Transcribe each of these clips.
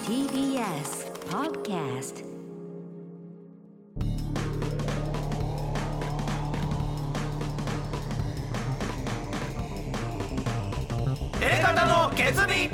TBS Podcast。 A型の決意。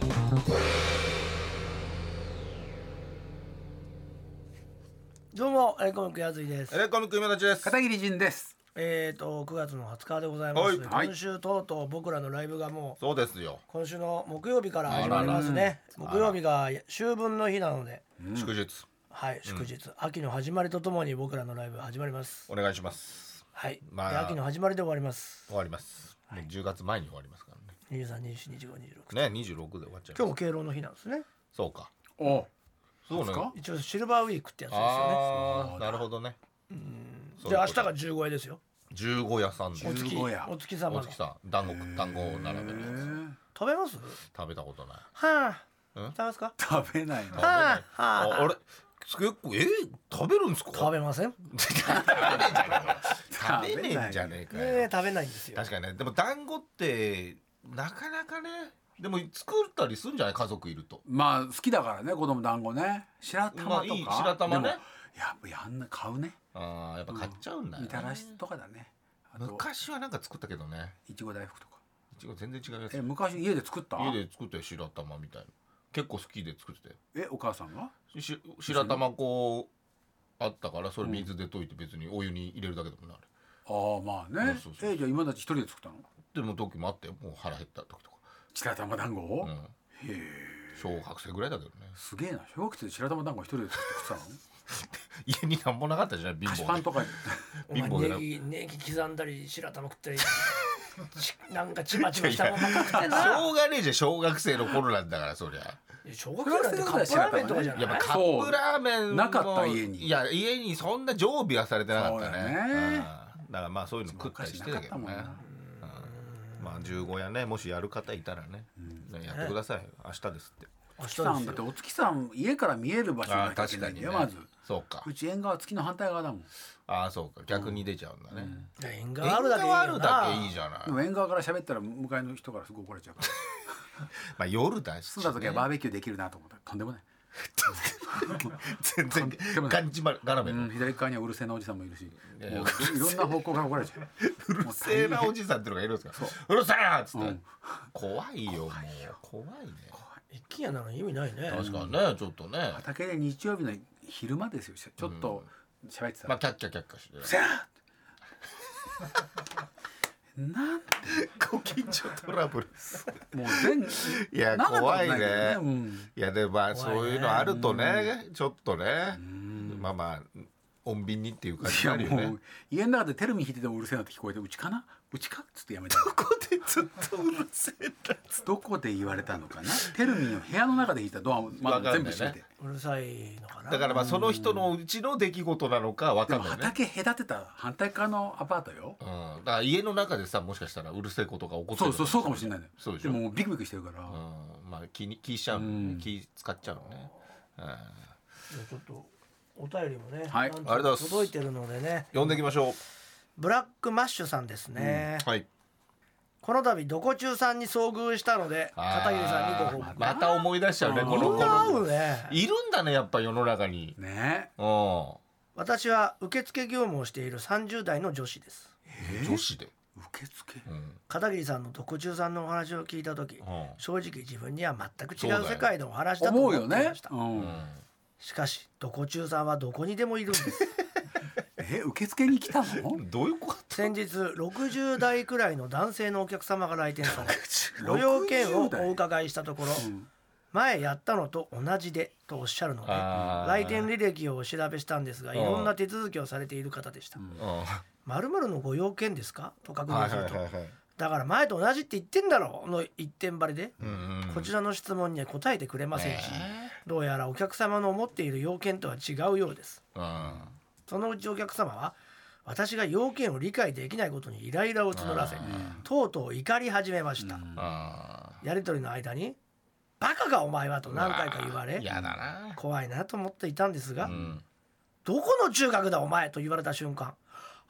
どうもエレコミックやずいです。 エレコミック今立ちです。 片桐仁です。 9月の20日でございます。 はい今週とうとう僕らのライブがもうそうですよ。 今週の木曜日から始まりますね。木曜日が秋分の日なので、 祝日はい、祝日、秋の始まりとともに僕らのライブ始まります。 お願いします。 はい、 まあで秋の始まりで終わります。 終わります。もう10月前に終わりますからね。 23、24、25、26。 ね、26で終わっちゃう。 今日も敬老の日なんですね。 そうか。 お、 そうね。 一応シルバーウィークってやつですよああ、なるほどね。 ね。じゃあ明日が15夜ですよ。 十五屋さんで。 お月 15夜お月様のお月さん、団子を並べるや食べます？ つ。食べたことない。 はあ、 うん食べますか？ 食べないの。 食べない。 はああれ結構食べるんですか？ 食べません？ 食べねえんじゃねえかよ。 ね、食べないんですよ。 確かにね。でも団子ってなかなかね。でも作ったりするんじゃない？家族いると。 まあ好きだからね、子供団子ね。白玉とか。 まあいい白玉ねでもやんな買うね。 ああ、やっぱ買っちゃうんだよね。 みたらしとかだね。あと昔はなんか作ったけどね。 いちご大福とか。 いちご全然違うやつ。 昔家で作った？ 家で作ったよ、白玉みたいな。結構好きで作ってたよ。 お母さんが？ 白玉こうあったからそれ水で溶いて別にお湯に入れるだけでもなる。 ああまあね。 そうそうじゃあ今たち一人で作ったの？ でも時もあったよ、もう腹減った時とか。 白玉団子を？ うん。 へえ。 小学生ぐらいだけどね。 すげえな。小学生で白玉団子一人で作って食ってたの？ 家になんもなかったじゃない、貧菓子乏で。 パンとか。 お前貧乏でなネギ刻んだり白玉食ったりなんかちまちましたもんばっか食ってんな。 しょうがねえじゃん、小学生の頃なんだからそりゃ。 小学生なんてカップラーメンとかじゃない？ やっぱカップラーメンもなかった家に。 いや家にそんな常備はされてなかったね。 そうだねうんだからまあそういうの食ったりしてたけどね。まあ15夜ね、もしやる方いたらね、やってください。明日ですって。 明日月さんだってお月さん家から見える場所がなきゃいけないんだよ、まず。 そうか。 うち縁側月の反対側だもん。 ああそうか、逆に出ちゃうんだね。 縁縁側あるだけいい側あるよな。 だけいいじゃない。 でも縁側から喋ったら向かいの人からすごい怒られちゃうから。 まあ夜だし、 住んだ時はバーベキューできるなと思ったらとんでもない。 全然ガンジマ絡めの左側にはうるせえなおじさんもいるし、 いやいやもういろんな方向から怒られちゃう。 うるせえなおじさんっていうのがいるんですか。うるせえなっつって、 うん怖いよもう怖いね。 一軒家なのに意味ないね。 確かにね、ちょっとね、 畑で日曜日の昼間ですよ。ちょっと喋ってたらまあキャッキャキャッキャして 「せや!」なんでご近所トラブルもう全いやなかったこと怖いないけどね。 うんいやでもまあ怖いねそういうのあるとね、ちょっとね、まあまあ穏便にっていう感じいやになるよねもう。家の中でテルミン弾いててもうるせえなって聞こえて、うちかなうちかっつってやめた。 ここでずっとうるせえなどこで言われたのかな。テルミンを部屋の中で弾いたドアをまだ全部閉めて、 うるさいのかな。 だからまあその人のうちの出来事なのかわでもかんないね。 畑隔てた反対側のアパートよ。 うん、だから家の中でさ、もしかしたらうるせえことが起こってるそうかもしれないね。 そうでしょ。 でももうビクビクしてるから、 うん、まあ気しちゃうのね、気使っちゃうのね。 ちょっとお便りもね、 はいなんとありがとうございます届いてるのでね。 呼んでいきましょう。 ブラックマッシュさんですね。 はい。 この度どこ中さんに遭遇したので片桐さんにご報告。 また思い出しちゃうね、このみんな合頃。 うね。 いるんだね、やっぱ世の中に。 ねうん。 私は受付業務をしている30代の女子です。 女子で。 受付、 うん。 片桐さんのどこ中さんのお話を聞いた時、 ん正直自分には全く違うそうだよ世界のお話だと思う思っていよねました。、 うんしかしどこ中さんはどこにでもいるんです受付に来たの？ どういうこと？ 先日60代くらいの男性のお客様が来店されご用件をお伺いしたところ、前やったのと同じでとおっしゃるのであー来店履歴をお調べしたんですが、いろんな手続きをされている方でした。 うん。 〇〇のご用件ですかと確認すると、 はい。 だから前と同じって言ってんだろの一点張りで、 うんこちらの質問には答えてくれませんし、どうやらお客様の思っている要件とは違うようです。 うん。 そのうちお客様は私が要件を理解できないことにイライラを募らせ、とうとう怒り始めました。 あやり取りの間にバカかお前はと何回か言われ、 嫌だな。 怖いなと思っていたんですが、 うん。 どこの中学だお前と言われた瞬間、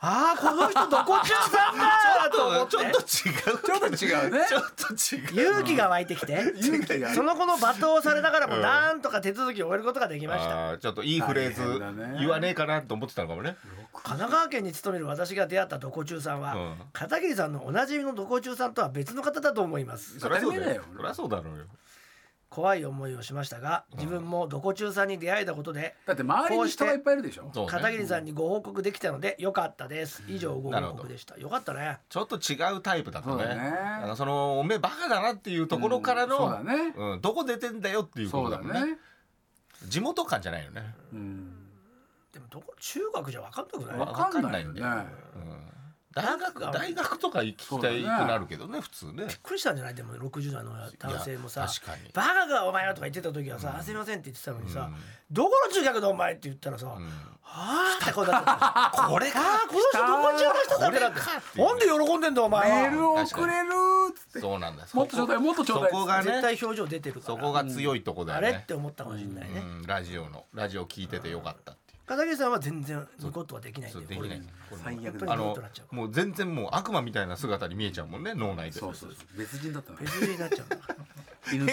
ああこの人どこ中さんだと思ってちょっと違うねちょっと違う勇気が湧いてきて勇気がその子の罵倒されながらもなんとか手続きを終えることができました。 ちょっといいフレーズ言わねえかなと思ってたのかもね。 神奈川県に勤める私が出会ったどこ中さんは、片桐さんのおなじみのどこ中さんとは別の方だと思います。 そりゃそうだよ。そりゃそうだろうよ。 怖い思いをしましたが、自分もどこ中さんに出会えたことで、 だって周りに人がいっぱいいるでしょ。 片桐さんにご報告できたので良かったです。以上ご報告でした。よかったね。 ちょっと違うタイプだとね。そのおめえバカだなっていうところからの、 そうだね。 どこ出てんだよっていうことだもんね。地元感じゃないよね。 でもどこ中学じゃ分かんなくない？ 分かんないよね。大学とか行きたいくなるけどね普通ね。 びっくりしたんじゃない？でも60代の男性もさ確かにバカがお前らとか言ってた時はさ、すいませんって言ってたのにさ、どこの中学だお前って言ったらさ、はあってこうなってこれかこの人どこの中学だってなってなんで喜んでんだお前は。 メールを送れるっつって。 そうなんだ。 もっとちょうだいもっとちょうだい。 そこがね絶対表情出てるからそこが強いとこだよね。 あれって思ったかもしれないね。 ラジオ聞いててよかったって。 片桐さんは全然ニコッとはできないんで。 できない。 最悪もう全然もう悪魔みたいな姿に見えちゃうもんね脳内で。 そう別人だったの。 別人になっちゃうんだから。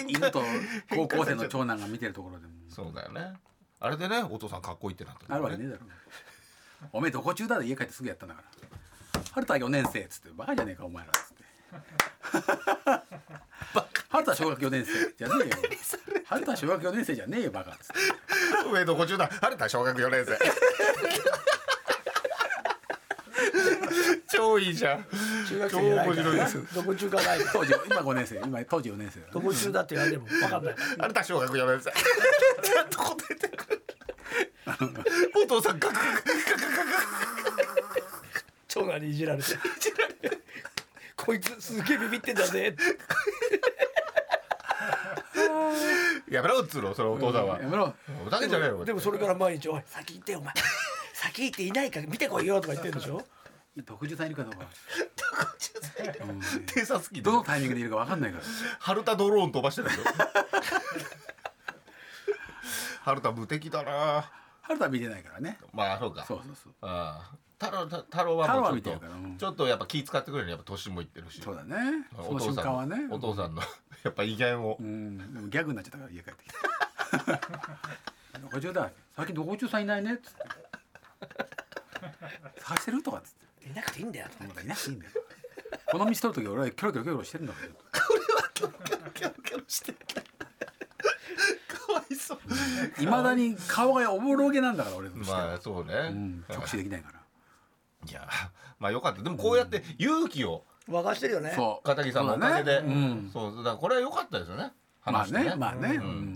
犬と高校生の長男が見てるところでも。 そうだよね。あれでねお父さんかっこいいってなった。 あるわけねえだろ。おめえどこ中だで家帰ってすぐやったんだから。春田4年生っつってバカじゃねえかお前らっつって。春田小学4年生じゃねえよ。春田小学4年生じゃねえよバカっつって。 上どこ中だ春田小学4年生。超いいじゃん。 中学生じゃないからどこ中かない当時今5年生当時4年生どこ中だって言われても分かんない春田小学4年生。ちゃんと答えてくる。お父さんガクガクガクガク長男にいじられてこいつすげえビビってんだぜ。 やめろっつうのそのお父さんは。 やめろ。 おだけじゃねえよ。 でもそれから毎日おい先行ってお前先行っていないか見てこいよとか言ってるんでしょ。 特殊さんいるかどうか。 偵察機どのタイミングでいるか分かんないから。 春田ドローン飛ばしてるでしょ。春田無敵だな。 春田見てないからね。 まあそうか。 そう太郎はもうちょっとやっぱ気使ってくれるね。やっぱ年もいってるし。 そうだね。その瞬間はね。 お父さんのやっぱ威厳を。 でもギャグになっちゃったから家帰ってきて。どこ中だ。最近どこ中さんいないねっつって。探してるとかっつって。 いなくていいんだよ。 いなくていいんだよ。この道取る時俺はキョロキョロしてるんだから。 これはキョロキョロしてる。かわいそう。 いまだに顔がおぼろげなんだから俺としては。 まあそうね。 直視できないから。 いやまあよかった。でもこうやって勇気を沸かしてるよね。 片桐さんのおかげで。そうだからこれは良かったですよね。 まあねまあね。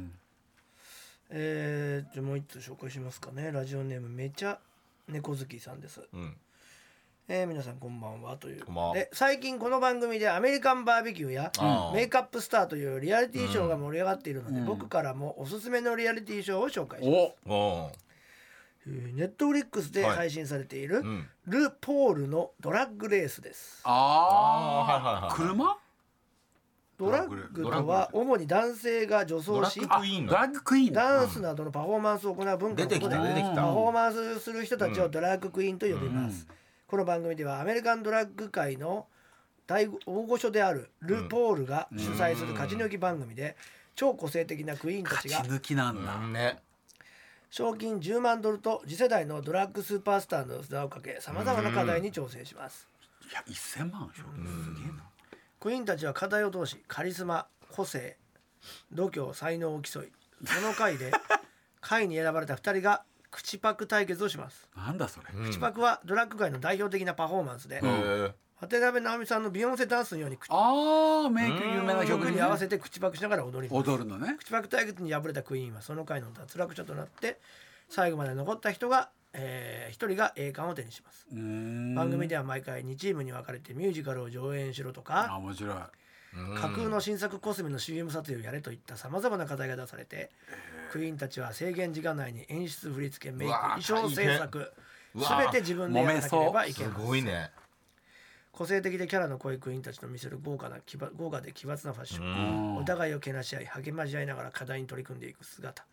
じゃもう一つ紹介しますかね。ラジオネームめちゃ猫好きさんです。皆さんこんばんはというで最近この番組でアメリカンバーベキューやメイクアップスターというリアリティショーが盛り上がっているので、僕からもおすすめのリアリティショーを紹介します。ネットフリックスで配信されているル・ポールのドラッグレースです。 車？ ドラッグとは主に男性が女装しドラッグクイーンダンスなどのパフォーマンスを行う文化のことでパフォーマンスする人たちをドラッグクイーンと呼びます。この番組ではアメリカンドラッグ界の大御所であるル・ポールが主催する勝ち抜き番組で超個性的なクイーンたちが勝ち抜きなんだね。 賞金10万ドルと次世代のドラッグスーパースターの座をかけさまざまな課題に挑戦します。 いや1000万賞金すげえな。 クイーンたちは課題を通しカリスマ、個性、度胸、才能を競いその回で回に選ばれた2人が口パク対決をします。 なんだそれ。 口パクはドラッグ界の代表的なパフォーマンスで、渡辺直美さんのビヨンセダンスのようにメイク有名な曲に合わせて口パクしながら踊ります。 踊るのね。 口パク対決に敗れたクイーンはその回の脱落者となって最後まで残った人が1人が栄冠を手にします。番組では毎回2チームに分かれてミュージカルを上演しろとか面白い架空の新作コスメの CM 撮影をやれといったさまざまな課題が出されてクイーンたちは制限時間内に演出、振り付け、メイク、衣装制作全て自分でやらなければいけない。 すごいね。 個性的でキャラの濃いクイーンたちの見せる豪華で奇抜なファッション、お互いをけなし合い励まし合いながら課題に取り組んでいく姿、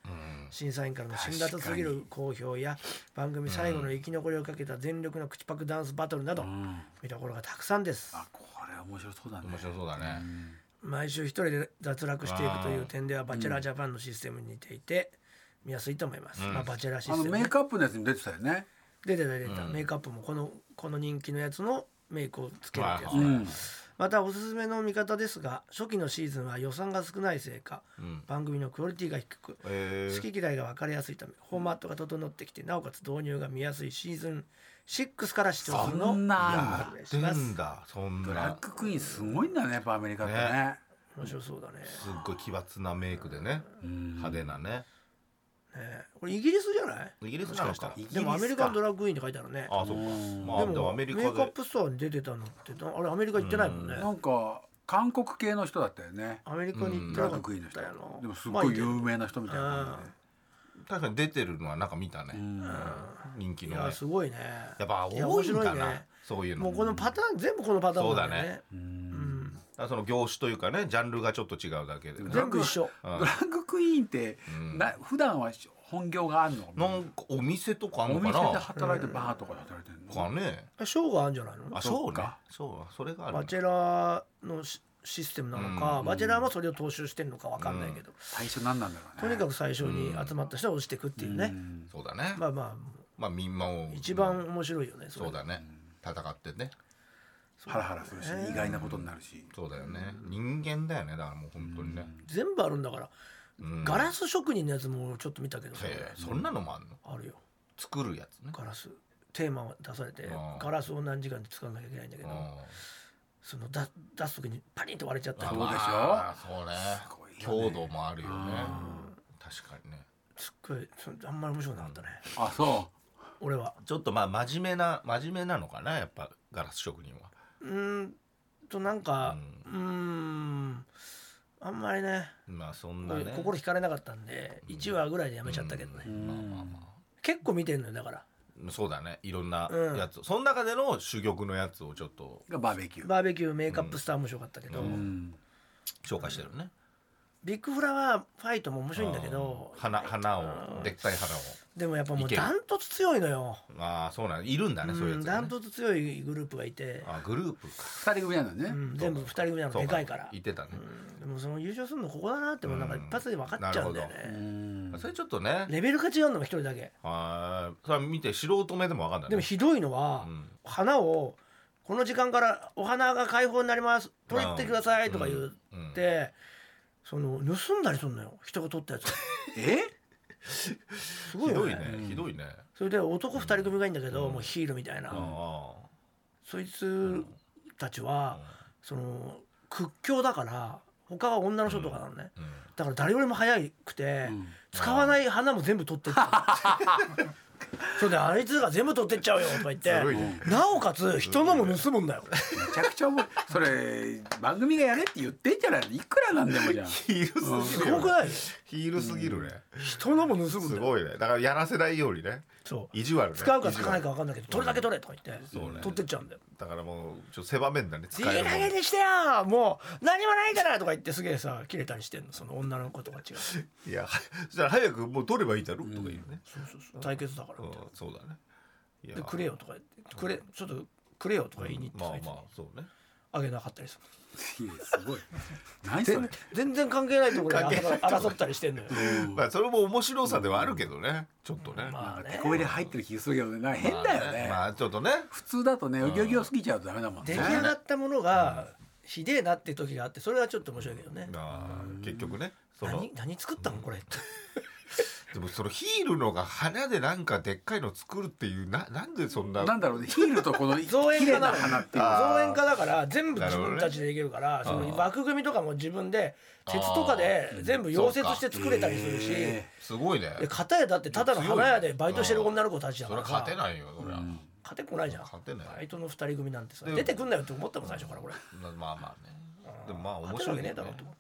審査員からの辛辣すぎる好評や番組最後の生き残りをかけた全力の口パクダンスバトルなど、見どころがたくさんです。 これ面白そうだね。 面白そうだね。 毎週一人で脱落していくという点ではバチェラージャパンのシステムに似ていて見やすいと思います。バチェラーシステム、 メイクアップのやつに出てたよね。 出てた。メイクアップもこの人気のやつのメイクをつけるってやつで、またおすすめの見方ですが、初期のシーズンは予算が少ないせいか、番組のクオリティが低く、好き嫌いが分かりやすいためフォーマットが整ってきて、なおかつ導入が見やすいシーズン6から視聴するのをお勧めします。 ドラッグクイーンすごいんだね、やっぱアメリカってね。 面白そうだね。 すっごい奇抜なメイクでね、派手なね。 これイギリスじゃない？ イギリスじゃないですか。 でもアメリカンドラッグクイーンって書いてあるね。 あ、そうか。 でもメイクアップストアに出てたのってあれアメリカ行ってないもんね。 なんか韓国系の人だったよね。 アメリカに行ってドラッグクイーンの人。でもすごい有名な人みたいな。 確かに出てるのはなんか見たね。人気のね。 いやすごいね。 やっぱ多いんかな。そういうの。 もうこのパターン全部このパターンだね。 その業種というかね、ジャンルがちょっと違うだけで全部一緒。 ドラッグクイーンって普段は本業があるの？ なんかお店とかあるのかな。 お店で働いてバーとかで働いてるのかね。 ショーがあるんじゃないの？ あ、そうか。それがある。 バチェラーのシステムなのか、バチェラーもそれを踏襲してるのかわかんないけど、 最初何なんだろうね。 とにかく最初に集まった人は落ちてくっていうね。 そうだね。 まあみんなを一番面白いよね。 そうだね。戦ってね。 ハラハラするし、意外なことになるし。 そうだよね。人間だよね。だからもう本当にね。 全部あるんだから。ガラス職人のやつもちょっと見たけど。 そんなのもあるの？ あるよ。 作るやつね。 ガラステーマを出されてガラスを何時間で使わなきゃいけないんだけど、その出す時にパリンと割れちゃったりとか。 そうでしょ。 そうね。強度もあるよね。確かにね。 すっごいあんまり面白くなかったね。 あ、そう。 俺はちょっと真面目なのかな、やっぱガラス職人は。 なんかあんまりね、 まあそんなね心惹かれなかったんで1話ぐらいでやめちゃったけどね。結構見てんのよだから。 そうだね、いろんなやつ、その中での珠玉のやつをちょっと。 バーベキューメイクアップスター面白かったけど、 紹介してるね。 ビッグフラワーファイトも面白いんだけど、 花をでっかい花をでもやっぱもうダントツ強いのよ。 ああ、そうなんいるんだね、そういうやつダントツ強いグループがいて。 グループ 2人組なのね。 全部2人組なの、でかいから。 言ってたね。 でもその優勝するのここだなってもなんか一発で分かっちゃうんだよね。 それちょっとねレベルが違うのが1人だけ。 それ見て素人目でも分かんない。 でもひどいのは花をこの時間からお花が開放になります取ってくださいとか言ってその盗んだりするのよ、人が取ったやつ。すごいよね。 ひどいね。 それで男2人組がいいんだけど、もうヒールみたいな。そいつたちはその屈強だから他は女の人とかなのね。だから誰よりも早くて使わない花も全部取ってったそれであいつが全部取ってっちゃうよとか言って、なおかつ人のも盗むんだよ。 めちゃくちゃそれ番組がやれって言ってんじゃないの。いくらなんでもじゃん。 ヒールすぎる。 すごくない？ ヒールすぎるね。 人のも盗むんだよ。 すごいね。だからやらせないようにね。 そう意地悪ね。 使うか使わないか分かんないけど取るだけ取れとか言って取ってっちゃうんだよ。 だからもうちょっと狭めんだね。 いい加減にしてよ、もう何もないからとか言ってすげえさ切れたりしてんの、その女の子とか違う。 いやそしたら早くもう取ればいいだろとか言うね。 そう対決だからみたいな。 そうだね。 でくれよとか言ってちょっとくれよとか言いに行ってそうね。 あげなかったりする。 すごい。何それ。 全然関係ないところで争ったりしてんのよ。 まあそれも面白さではあるけどね、ちょっとね。 手こ入れ入ってる気がするけどね、変だよね。 まあちょっとね、 普通だとね、おぎょぎょすぎちゃうとダメだもんね。 出来上がったものがひでえなっていう時があって、それはちょっと面白いけどね。 結局ね、 何作ったのこれって。 でもそのヒールのが花でなんかでっかいの作るっていうなんでそんななんだろうね、ヒールとこの造園家な花っていう造園家だから全部自分たちでできるから、その枠組みとかも自分で鉄とかで全部溶接して作れたりするし、 すごいね。 片やだってただの花屋でバイトしてる女の子たちだからそれ勝てないよそれは。 勝てっこないじゃん。 勝てない。 バイトの2人組なんてさ出てくんなよって思ったもん最初からこれ。 まあね。でもまあ面白いねだろうと思って。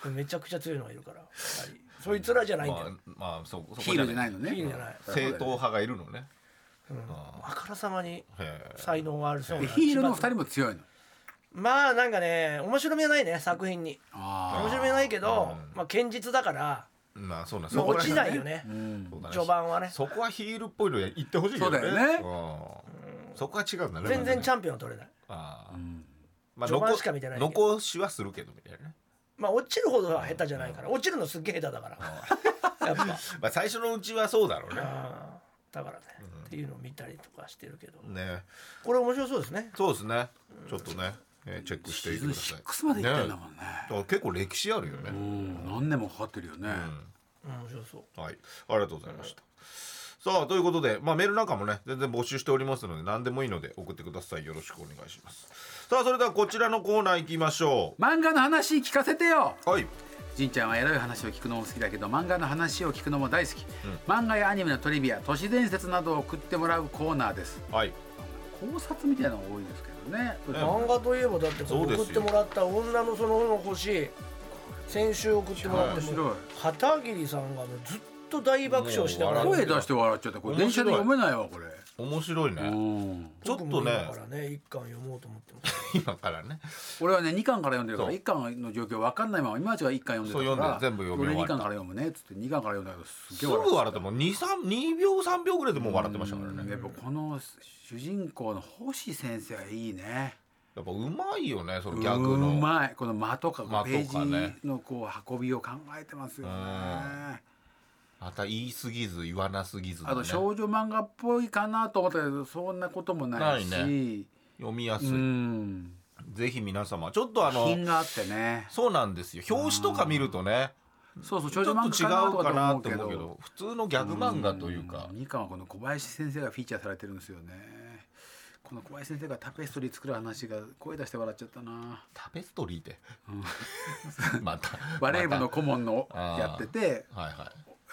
めちゃくちゃ強いのがいるからそいつらじゃないんだよ。 まあヒールじゃないのね。 ヒールじゃない。 正統派がいるのね。 あからさまに才能があるそうな。 ヒールの2人も強いの。 まあなんかね面白みはないね作品に。面白みはないけど、まあ堅実だからまあそうなん落ちないよね、序盤はね。 そこはヒールっぽいの言ってほしいよね。 そうだよね。 そこは違うんだね。 全然チャンピオンは取れない。 まあ序盤しか見てないけど。 残しはするけどみたいなね。 まあ落ちるほどは下手じゃないから、落ちるのすっげえ下手だからやっぱまあ最初のうちはそうだろうね。 だからね、っていうのを見たりとかしてるけどね。 これ面白そうですね。 そうですね。ちょっとね、チェックしていてください。 シーズン6まで行ってんだもんね。 だから結構歴史あるよね。 何年もかかってるよね。 面白そう。 はい、ありがとうございました。さあということで、まあ、メールなんかもね全然募集しておりますので何でもいいので送ってください。よろしくお願いします。さあそれではこちらのコーナー行きましょう。 漫画の話聞かせてよ。 はい。 じんちゃんはエロい話を聞くのも好きだけど漫画の話を聞くのも大好き、漫画やアニメのトリビア、都市伝説などを送ってもらうコーナーです。 はい。 考察みたいなのが多いですけどね。 漫画といえばだって送ってもらった女のその星、先週送ってもらっても片桐さんがずっと大爆笑して声出して笑っちゃった。これ電車で読めないわこれ。 面白いね。ちょっとね。 今からね1巻読もうと思ってます。 今からね。 俺はね2巻から読んでるから1巻の状況分かんないまま今までは1巻読んでたから全部読み終わった。 俺2巻から読むねっつって2巻から読んだけどすぐ笑っても2秒3秒ぐらいでもう笑ってましたからね。 やっぱこの主人公の星先生はいいね。 やっぱうまいよね、そのギャグの。 うまい。この間とかページのこう運びを考えてますよね。 また言い過ぎず言わなすぎず、ね、 あと少女漫画っぽいかなと思ったけどそんなこともないし、 ね、読みやすい。ぜひ皆様ちょっと品があってね。 そうなんですよ。表紙とか見るとね、 そうそうちょっと違うかなって思うけど普通のギャグ漫画というか。 2巻はこの小林先生がフィーチャーされてるんですよね。この小林先生がタペストリー作る話が声出して笑っちゃったな。 タペストリーってまたバレー部の顧問のやってて、 はいはい、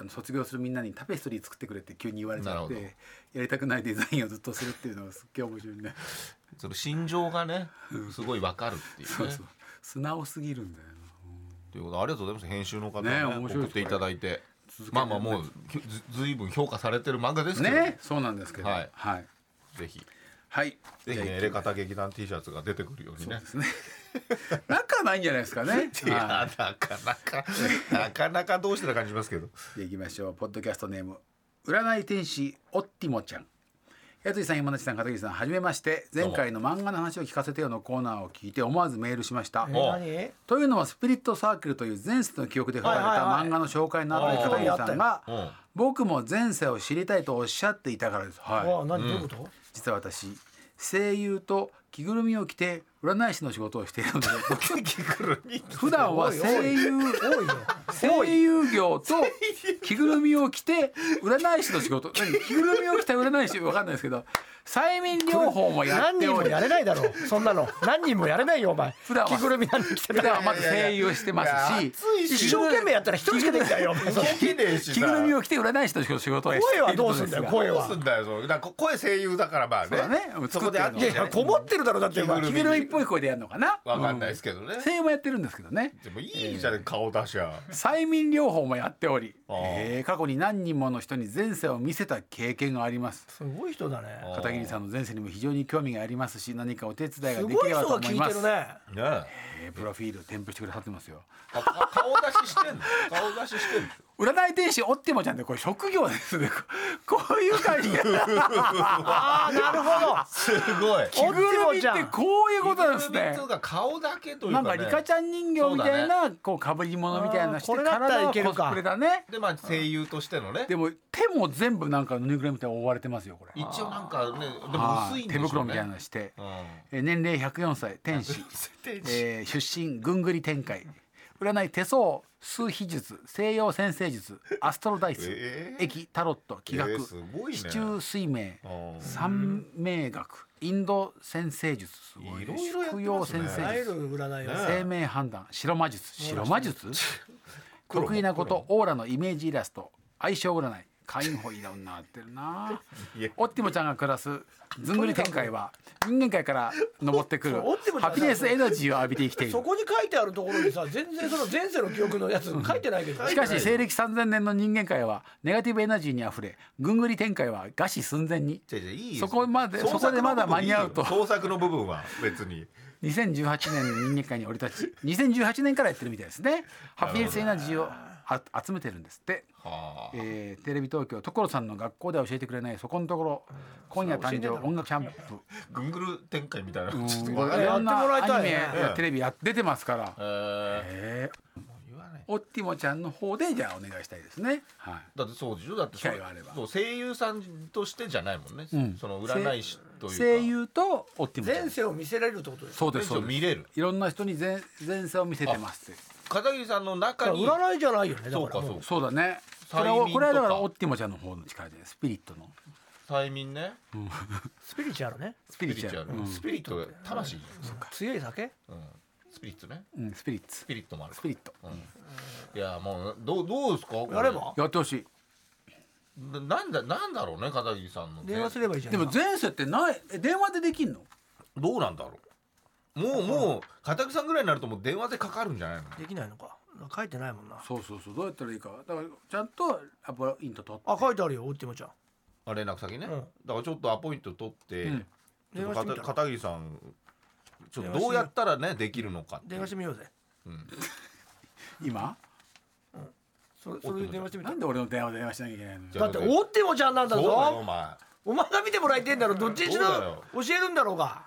卒業するみんなにタペストリー作ってくれって急に言われちゃってやりたくないデザインをずっとするっていうのがすっげえ面白いね。 その心情がねすごいわかるっていうね。 そうそう素直すぎるんだよな。 ということでありがとうございます。編集の方ね送っていただいて、まあまあもうずいぶん評価されてる漫画ですけどね。そうなんですけど、はい、はい、 ぜひ。 はい、 ぜひエレカタ劇団 T シャツが出てくるようにね。 そうですね。仲ないんじゃないですかね。 いやなかなかどうしてた感じますけど。 でいきましょう。ポッドキャストネーム占い天使オッティモちゃん。やついさん、今立さん、片桐さん、はじめまして。前回の漫画の話を聞かせてよのコーナーを聞いて思わずメールしました。というのはスピリットサークルという前世の記憶で書かれた漫画の紹介の後に片桐さんが僕も前世を知りたいとおっしゃっていたからです。はい。 何どういうこと？ 実は私声優と着ぐるみを着て占い師の仕事をしているので普段は声優業と着ぐるみを着て占い師の仕事着ぐるみを着た占い師わかんないですけど催眠療法もやっており何人もやれないだろうそんなの何人もやれないよお前。 普段は着ぐるみなんて着てるからまず声優してますし一生懸命やったら一人しかできないよ着ぐるみを着て占い師の仕事をしている。 声はどうすんだよ。声はどうすんだよ。それだから声声優だからまあね。 そこでやっていやこもってるだろだって着ぐるみっぽい声でやるのかな。 わかんないですけどね。 声優もやってるんですけどね。 でもいいじゃん顔出しゃ。 催眠療法もやっており過去に何人もの人に前世を見せた経験があります。 すごい人だね。 片桐さんの前世にも非常に興味がありますし何かお手伝いができればと思います。 すごい人が聞いてるね。 プロフィール添付してくださってますよ。 顔出ししてんの？顔出ししてんの？ 占い天使オッティモちゃんってこれ職業ですね。こういう感じ。 ああなるほど。 すごい。 着ぐるみってこういうことなんですね。 顔だけというかね。 なんかリカちゃん人形みたいなこう被り物みたいなして体はコスプレだね。 でまあ声優としてのね。 でも手も全部なんかぬいぐるみみたいに覆われてますよこれ。 一応なんかねでも薄いんでしょうね。 手袋みたいなのして。年齢104歳天使。出身ぐんぐり展開。占い手相数秘術西洋占星術アストロダイス易タロット気学四柱推命三名学インド占星術すごい宿陽占星術生命判断白魔術得意なことオーラのイメージイラスト相性占い会員法いろんなってるな。オッティモちゃんが暮らすずんぐり展開は人間界から昇ってくるハピネスエナジーを浴びて生きている。 そこに書いてあるところにさ全然その前世の記憶のやつ書いてないけどしかし西暦3000年の人間界はネガティブエナジーにあふれぐんぐり展開は餓死寸前に。そこでまだ間に合うと創作の部分は別に2018 年の人間界に降り立ち2018年からやってるみたいですね。ハピネスエナジーを集めてるんですって。 はあ、 テレビ東京所さんの学校では教えてくれないそこのところ、今夜誕生音楽キャンプグーグル展開みたいな、 いろんなアニメやテレビ出てますから、オッティモちゃんの方でじゃあお願いしたいですね。はい、 だってそうでしょ。だってそう声優さんとしてじゃないもんね。その占い師というか声優とオッティモちゃん前世を見せられるってことですか。 そうですそうです。 見れる。 いろんな人に前世を見せてますって。 片桐さんの中に占いじゃないよね。 そうかそうだね。これはだからオッティモちゃんの方の力でスピリットの催眠ね。 スピリチュアルね。 スピリチュアル。スピリット魂。 強い酒。 スピリッツね。 スピリットもある。 スピリット。 いやもうどうですか。 やれば。 やってほしい。 なんだろうね、片桐さんの。 電話すればいいじゃん。 でも前世ってない電話でできんの？ どうなんだろう。もう片桐さんぐらいになるともう電話でかかるんじゃないの？ できないのか。書いてないもんな。 そうどうやったらいいか。だからちゃんとアポイント取って。 書いてあるよ、オッティモちゃん。 連絡先ね。だからちょっとアポイント取って片桐さんちょっとどうやったらねできるのか電話してみようぜ。 今？ それ電話してみた。 なんで俺の電話しなきゃいけないの？ だってオッティモちゃんなんだぞ。お前が見てもらいてんだろ。どっちにしろ教えるんだろうが。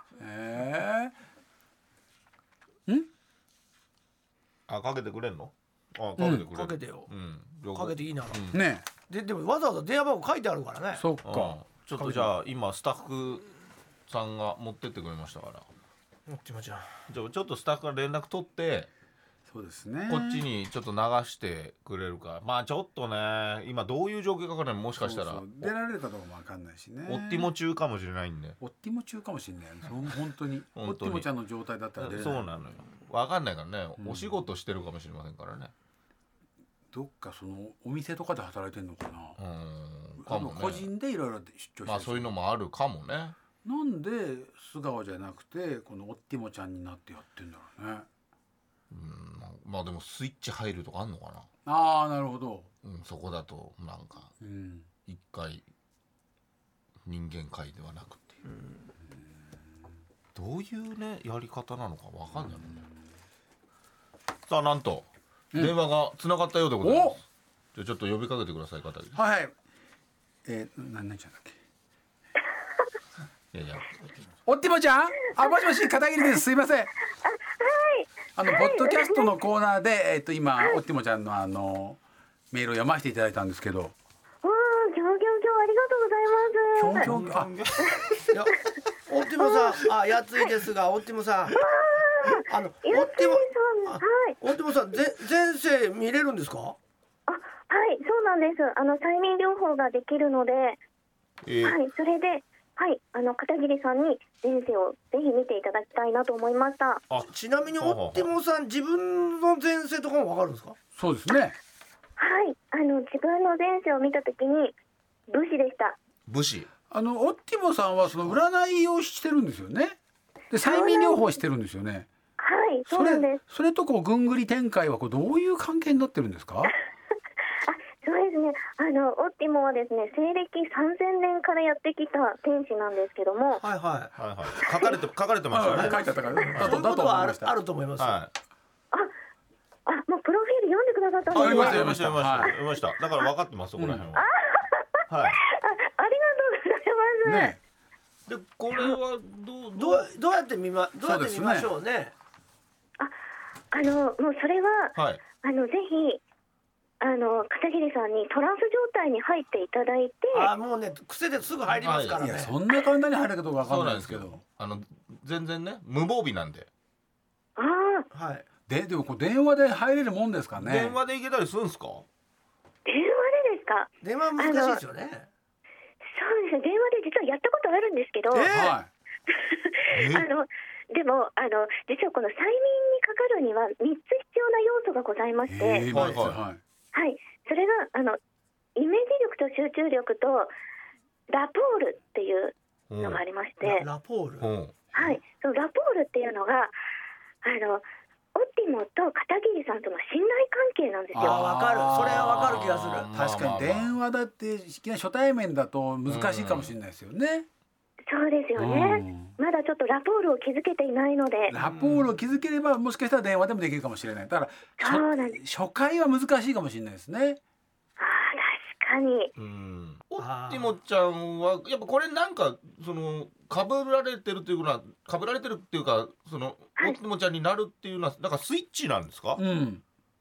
かけてくれんの？ かけてよ。かけていいなら。 ね。 でもわざわざ電話番号書いてあるからね。 そっか。 ちょっとじゃあ今スタッフさんが持ってってくれましたから。 オッティモちゃん。 じゃあちょっとスタッフから連絡取って。 そうですね。 こっちにちょっと流してくれるか。まあちょっとね今どういう状況かからもしかしたら出られるかどうかも分かんないしね。 オッティモ中かもしれないんで。 オッティモ中かもしれない。本当にオッティモちゃんの状態だったら出れない。 そうなのよ。分かんないからね。お仕事してるかもしれませんからね。 どっかそのお店とかで働いてんのかな。 かもね。 個人でいろいろ出張してる。 まあそういうのもあるかもね。 なんで素顔じゃなくてこのオッティモちゃんになってやってんだろうね。 まあでもスイッチ入るとかあんのかな。ああなるほど。 そこだとなんか一回人間界ではなくっていうどういうねやり方なのかわかんないもんね。さあなんと電話がつながったようでございます。じゃあちょっと呼びかけてください片桐。 はい。何ちゃんだっけ。オッティモちゃん。もしもし片桐です。すいません。ポッドキャストのコーナーで、今、オッティモちゃんのメールを読ませていただいたんですけど。わあ、ギョギョギョありがとうございます。 オッティモさん、やついですが、オッティモさん。オッティモさん、前世見れるんですか？はい、 そうなんです。催眠療法ができるので、はい、それで。はい、片桐さんに前世をぜひ見ていただきたいなと思いました。 ちなみにオッティモさん自分の前世とかもわかるんですか？ そうですね。 はい、自分の前世を見たときに武士でした。 武士。 オッティモさんはその占いをしてるんですよね。で催眠療法してるんですよね。 はい、そうなんです。 それとこうぐんぐり展開はどういう関係になってるんですか？ そうですね。オッティモはですね、西暦3000年からやってきた天使なんですけども。 はい。 書かれてましたね。 書いてあったから。 そういうことはあると思います。 もうプロフィール読んでくださったんですか？読みました。だから分かってますそこら辺は。 ありがとうございます。 でこれはどうやって見ましょうね。 もうそれはぜひ。片桐さんにトランス状態に入っていただいて。 もうね癖ですぐ入りますからね。 そんな簡単に入るかどうかわかんないですけど。 全然ね無防備なんで。 はい。 でも電話で入れるもんですかね。 電話で行けたりするんですか？ 電話でですか？ 電話難しいですよね。 そうですね。電話で実はやったことあるんですけど。でも実はこの催眠にかかるには3つ必要な要素がございまして。はい、それがイメージ力と集中力とラポールっていうのがありまして。 ラポール。 はい、そのラポールっていうのがオッティモと片桐さんとの信頼関係なんですよ。 わかる。それはわかる気がする。 確かに電話だっていきなり初対面だと難しいかもしれないですよね。 そうですよね、まだちょっとラポールを築けていないので。 ラポールを築ければもしかしたら電話でもできるかもしれない。だからそうなんです。 初回は難しいかもしれないですね。 確かに。 おってもちゃんはやっぱこれなんかその被られてるっていうかその、おってもちゃんになるっていうのはなんかスイッチなんですか？ 天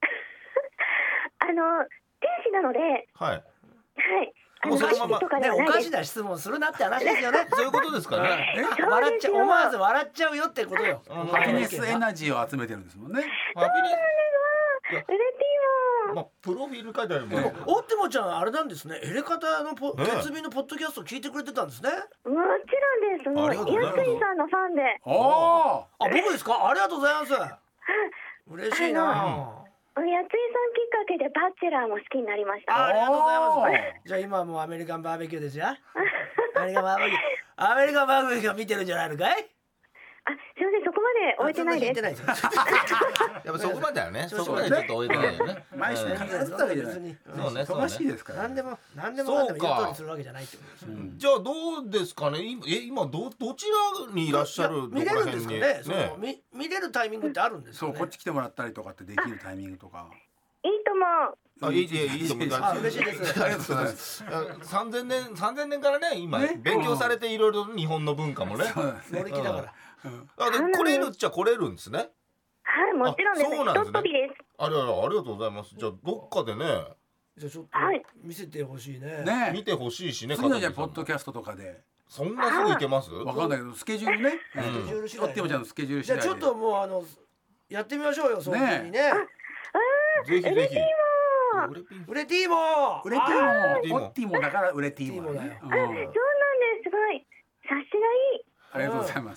使なので、 はい。 もうそのままね、おかしな質問するなって話ですよね。 そういうことですかね。 笑っちゃう、思わず笑っちゃうよってことよ。 ハピネスエナジーを集めてるんですもんね。 ハピネス。うれしいわ。 プロフィール書いてあるもん。 おってもちゃんあれなんですね。エレカタの決意のポッドキャスト聞いてくれてたんですね。 もちろんです。もう安井さんのファンで。 僕ですか？ありがとうございます。嬉しいな。 やついさんきっかけでバチェラーも好きになりました。 ありがとうございます。じゃあ今はもうアメリカンバーベキューですよ。アメリカンバーベキュー見てるんじゃないのかい？ すいません、そこまで終えてないです。 やっぱそこまではね、そこまでちょっと終えてないよね。 毎週必ずったわけじゃない。そうね、忙しいですから。 何でも言う通りするわけじゃないってことです。 じゃあどうですかね。今どちらにいらっしゃる？ 見れるんですかね。見れるタイミングってあるんですかね。 そう、こっち来てもらったりとかってできるタイミングとか。 いいと思う。 いいと思います。 嬉しいです。 ありがとうございます。3000年からね、今勉強されていろいろ日本の文化もね。 乗り気だから。 来れるっちゃ来れるんですね。 はい、もちろんです。 そうなんですね。ありがとうございます。じゃあどっかでね。 じゃあちょっと見せてほしいね。 見てほしいしね。 次のじゃポッドキャストとかで。 そんなすぐ行けます？ わかんないけどスケジュールね。おってもちゃんのスケジュール次第で。 じゃあちょっともうやってみましょうよ。そういう風にね。 ぜひぜひ。 ウレティーモ。 ウレティーモ。オッティモだからウレティーモだよ。 そうなんです。すごい。察しがいい。 ありがとうございます。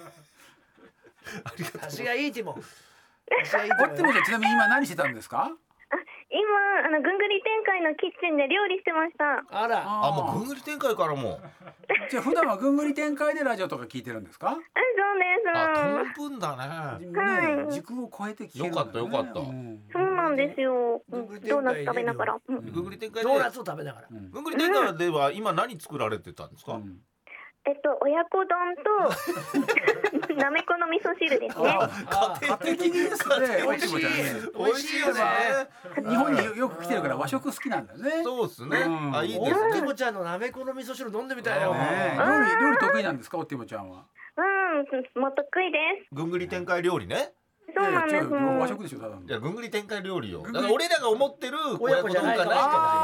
察しがいいティモ。 オッティモじゃちなみに今何してたんですか？ 今ぐんぐり展開のキッチンで料理してました。 あら。 もうぐんぐり展開からも。 じゃあ普段はぐんぐり展開でラジオとか聞いてるんですか？ そうです。 飛ぶんだね。 時空を超えて聞ける。 よかった。 そうなんですよ。ドーナツ食べながら。 ぐんぐり展開ドーナツを食べながら。 ぐんぐり展開では今何作られてたんですか？ 親子丼となめこの味噌汁ですね。 家庭的ですね。美味しいよね。日本によく来てるから和食好きなんだよね。 そうですね。いいですね。 おってもちゃんのなめこの味噌汁飲んでみたいよ。 料理得意なんですか、おってもちゃんは？ もう得意です。 ぐんぐり展開料理ね。 そうなんです。 和食でしょ、ただの。 いや、ぐんぐり展開料理よ。だから俺らが思ってる親子じゃないかもしれない。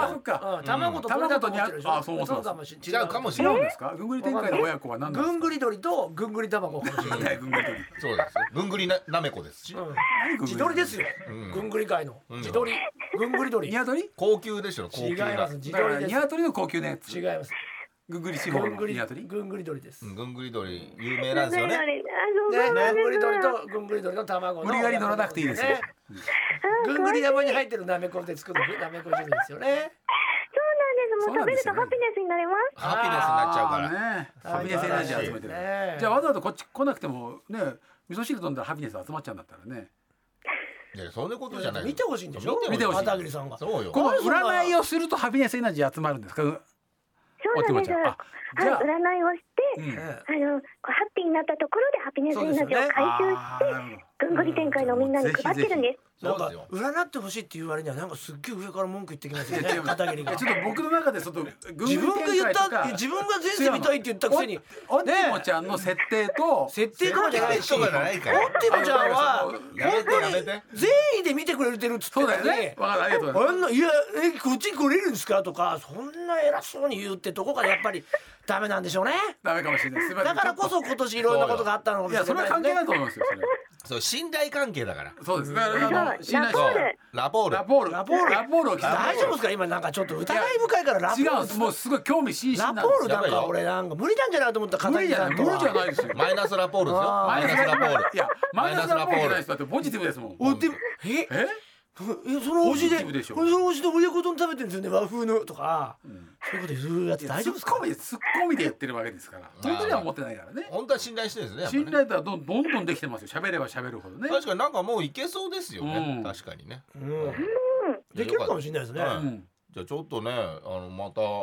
そっか。 卵と鶏だと思ってるでしょ。 そう違うかもしれない。 違うかもしれない。 違うんですか？ぐんぐり展開の親子は何なんですか？ ぐんぐり鶏とぐんぐり卵かもしれない。 ぐんぐり鶏。 そうです。ぐんぐりなめこですし。 地鶏ですよ。ぐんぐり界の地鶏。ぐんぐり鶏。 ニワトリ？ 高級でしょ。高級な。 違います。地鶏です。 ニワトリの高級なやつ。 違います。 ぐんぐりシロのニワトリ？ ぐんぐり鶏です。 ぐんぐり鶏有名なんですよね。 ぐんぐり鶏とぐんぐり鶏の卵の。 無理やり乗らなくていいですよ。 ぐんぐり山に入ってるなめこで作るなめこ汁ですよね。 そうなんです。もう食べるとハピネスになります。 ハピネスになっちゃうからね。 ハピネスエナジー集めてる。じゃあわざわざこっち来なくてもね、味噌汁飲んだらハピネス集まっちゃうんだったらね。 いや、そんなことじゃない。 見てほしいんでしょ。 見てほしい。 片桐さんが。 そうよ。 この占いをするとハピネスエナジー集まるんですか？ そうなんです。占いをして、ハッピーになったところでハピネスエナジーを回収してぐんぐり展開のみんなに配ってるんです。 なんか占ってほしいっていう割にはなんかすっげえ上から文句言ってきますよね。片桐がちょっと僕の中でちょっと自分が言った自分が前世見たいって言ったくせにおってもちゃんの設定とかもじゃないし、おってもちゃんは本当に善意で見てくれてるっつってそうだよね。わかる、ありがとうございます。 いやこっちに来れるんですかとかそんな偉そうに言うってとこがやっぱりダメなんでしょうね。 ダメかもしれない。 だからこそ今年いろんなことがあったのかもしれない。 いや、それは関係ないと思いますよ。 そう、信頼関係だから。 そうです。だから信頼ラポールを大丈夫ですか？今なんかちょっと疑い深いからラポール。 違う、もうすごい興味津々なんです。 ラポールなんか俺なんか無理なんじゃないと思った片桐さんとは。 無理じゃないですよ。 マイナスラポールですよ。マイナスラポール。 いや、マイナスラポールじゃないです。だってポジティブですもん。そのおじで親子丼食べてるんですよね、和風のとか。そういうこと言うやつ大丈夫ですか？ツッコミでやってるわけですから。本当には思ってないからね。 本当は信頼してるんですね。 信頼だとどんどんできてますよ。喋れば喋るほどね。 確かになんかもういけそうですよね。確かにね。 できるかもしれないですね。 じゃあちょっとね、また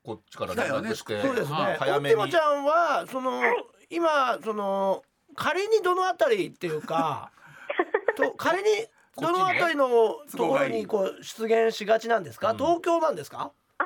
こっちから連絡して、 そうですね。 早めに。 おってもちゃんは今仮にどのあたりっていうか仮にどのあたりのところにこう出現しがちなんですか？東京なんですか？ はい、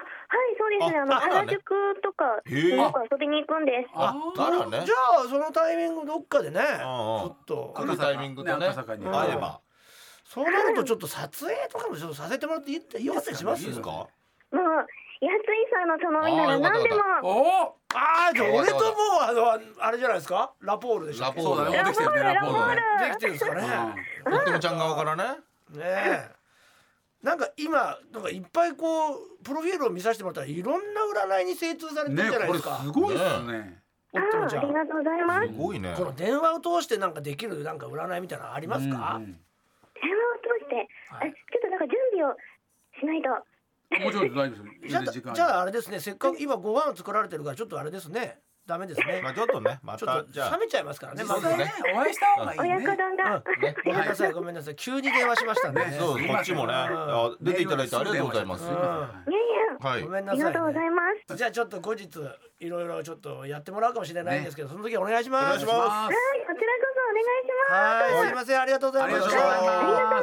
そうですね。原宿とかよく遊びに行くんです。 じゃあそのタイミングどっかでね、ちょっと来るタイミングとね会えば、 そうなるとちょっと撮影とかもちょっとさせてもらっていいかったりします？ いいですか？ もう安井さんのそのなら何でも。 じゃあ俺ともうあれじゃないですか？ラポールでしょ。 ラポールできてるんですかね。 おってもちゃん側からね。 ねえ。なんか今いっぱいこうプロフィールを見させてもらったらいろんな占いに精通されてるじゃないですか。 すごいですね。 ありがとうございます。 すごいね。 この電話を通してなんかできるなんか占いみたいなのありますか？ 電話を通して、ちょっとなんか準備をしないと。 もちろん大丈夫です。 じゃああれですね。せっかく今ご飯作られてるからちょっとあれですね。ダメですね。 ちょっとね、またじゃあ冷めちゃいますからね。 そうですね。 お会いした方がいいね。 親子丼が。 ごめんなさい。急に電話しましたね。 そう、こっちもね。出ていただいてありがとうございます。 はい。 ごめんなさい。 ありがとうございます。 じゃあちょっと後日いろいろちょっとやってもらうかもしれないんですけど、その時お願いします。 はい、こちらこそお願いします。 はい、すいません、ありがとうございました。 ありがとうございま